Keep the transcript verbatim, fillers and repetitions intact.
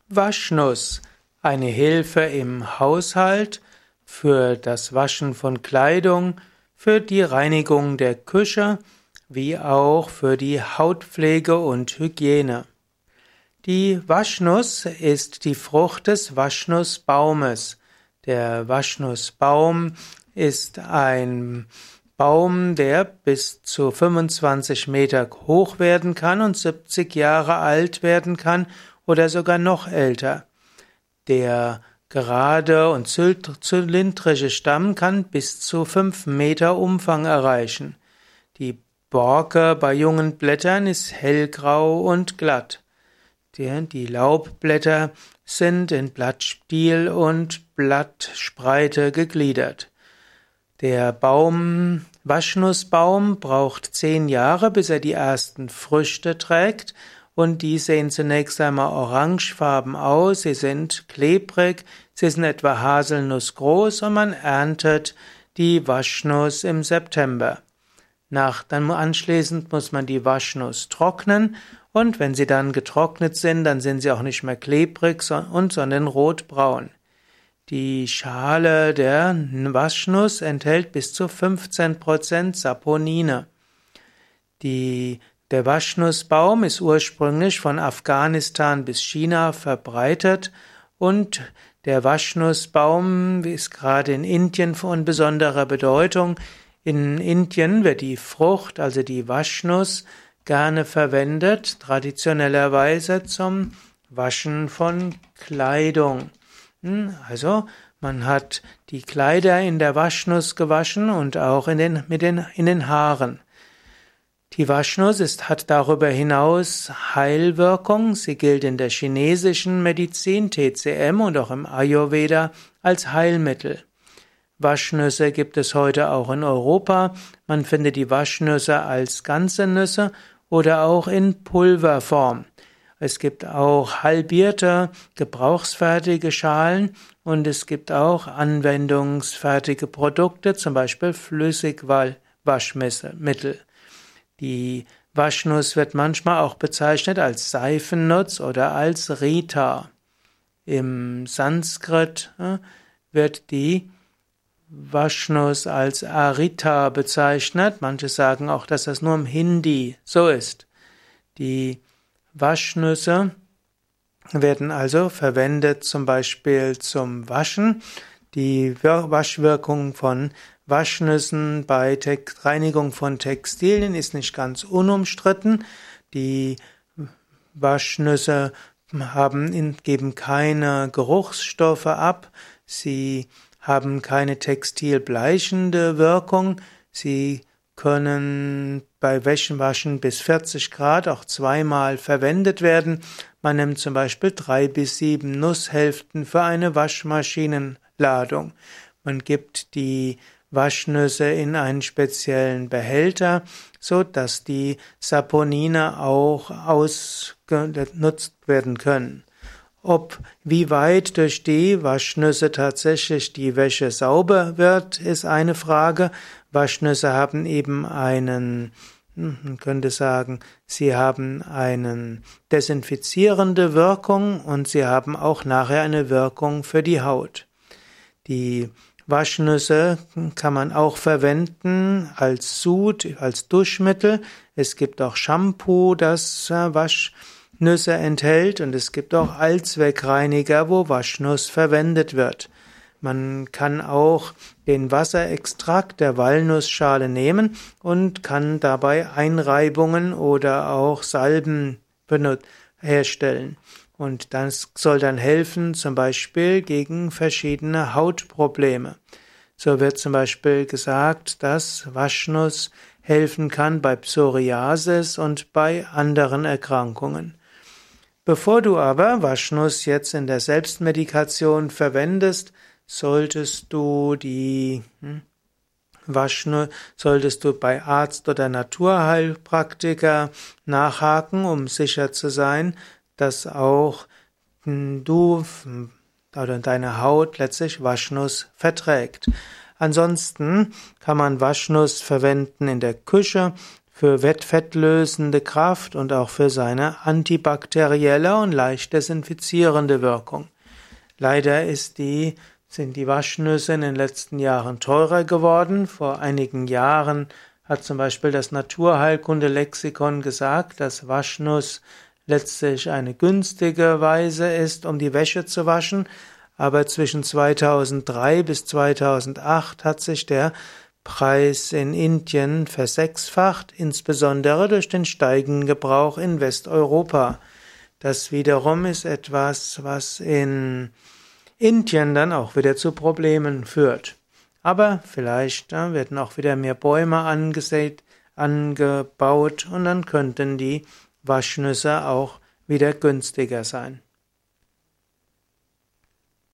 Waschnuss, eine Hilfe im Haushalt, für das Waschen von Kleidung, für die Reinigung der Küche, wie auch für die Hautpflege und Hygiene. Die Waschnuss ist die Frucht des Waschnussbaumes. Der Waschnussbaum ist ein Baum, der bis zu fünfundzwanzig Meter hoch werden kann und siebzig Jahre alt werden kann oder sogar noch älter. Der gerade und zylindrische Stamm kann bis zu fünf Meter Umfang erreichen. Die Borke bei jungen Blättern ist hellgrau und glatt. Die, die Laubblätter sind in Blattstiel und Blattspreite gegliedert. Der Baum, Waschnussbaum braucht zehn Jahre, bis er die ersten Früchte trägt, und die sehen zunächst einmal orangefarben aus, sie sind klebrig, sie sind etwa haselnussgroß und man erntet die Waschnuss im September. Nach, dann anschließend muss man die Waschnuss trocknen, und wenn sie dann getrocknet sind, dann sind sie auch nicht mehr klebrig, und sondern rotbraun. Die Schale der Waschnuss enthält bis zu fünfzehn Prozent Saponine. Die, der Waschnussbaum ist ursprünglich von Afghanistan bis China verbreitet, und der Waschnussbaum ist gerade in Indien von besonderer Bedeutung. In Indien wird die Frucht, also die Waschnuss, gerne verwendet, traditionellerweise zum Waschen von Kleidung. Also, man hat die Kleider in der Waschnuss gewaschen und auch in den, mit den, in den Haaren. Die Waschnuss ist, hat darüber hinaus Heilwirkung. Sie gilt in der chinesischen Medizin, T C M, und auch im Ayurveda als Heilmittel. Waschnüsse gibt es heute auch in Europa. Man findet die Waschnüsse als ganze Nüsse oder auch in Pulverform. Es gibt auch halbierte, gebrauchsfertige Schalen, und es gibt auch anwendungsfertige Produkte, zum Beispiel Flüssigwaschmittel. Die Waschnuss wird manchmal auch bezeichnet als Seifennuss oder als Rita. Im Sanskrit äh, wird die Waschnuss als Arita bezeichnet. Manche sagen auch, dass das nur im Hindi so ist. Die Waschnüsse werden also verwendet zum Beispiel zum Waschen. Die Waschwirkung von Waschnüssen bei Reinigung von Textilien ist nicht ganz unumstritten. Die Waschnüsse haben, geben keine Geruchsstoffe ab. Sie haben keine textilbleichende Wirkung. Sie können bei Wäschewaschen bis vierzig Grad auch zweimal verwendet werden. Man nimmt zum Beispiel drei bis sieben Nusshälften für eine Waschmaschinenladung. Man gibt die Waschnüsse in einen speziellen Behälter, so dass die Saponine auch ausgenutzt werden können. Ob, wie weit durch die Waschnüsse tatsächlich die Wäsche sauber wird, ist eine Frage. Waschnüsse haben eben einen, man könnte sagen, sie haben eine desinfizierende Wirkung, und sie haben auch nachher eine Wirkung für die Haut. Die Waschnüsse kann man auch verwenden als Sud, als Duschmittel. Es gibt auch Shampoo, das Waschnüsse enthält, und es gibt auch Allzweckreiniger, wo Waschnuss verwendet wird. Man kann auch den Wasserextrakt der Walnussschale nehmen und kann dabei Einreibungen oder auch Salben herstellen. Und das soll dann helfen, zum Beispiel gegen verschiedene Hautprobleme. So wird zum Beispiel gesagt, dass Waschnuss helfen kann bei Psoriasis und bei anderen Erkrankungen. Bevor du aber Waschnuss jetzt in der Selbstmedikation verwendest, solltest du die hm, Waschnuss, solltest du bei Arzt oder Naturheilpraktiker nachhaken, um sicher zu sein, dass auch hm, du hm, oder deine Haut letztlich Waschnuss verträgt. Ansonsten kann man Waschnuss verwenden in der Küche für fettfettlösende Kraft und auch für seine antibakterielle und leicht desinfizierende Wirkung. Leider ist die, sind die Waschnüsse in den letzten Jahren teurer geworden. Vor einigen Jahren hat zum Beispiel das Naturheilkunde-Lexikon gesagt, dass Waschnuss letztlich eine günstige Weise ist, um die Wäsche zu waschen, aber zwischen zweitausenddrei bis zweitausendacht hat sich der Preis in Indien versechsfacht, insbesondere durch den steigenden Gebrauch in Westeuropa. Das wiederum ist etwas, was in Indien dann auch wieder zu Problemen führt. Aber vielleicht ja, werden auch wieder mehr Bäume angesät, angebaut und dann könnten die Waschnüsse auch wieder günstiger sein.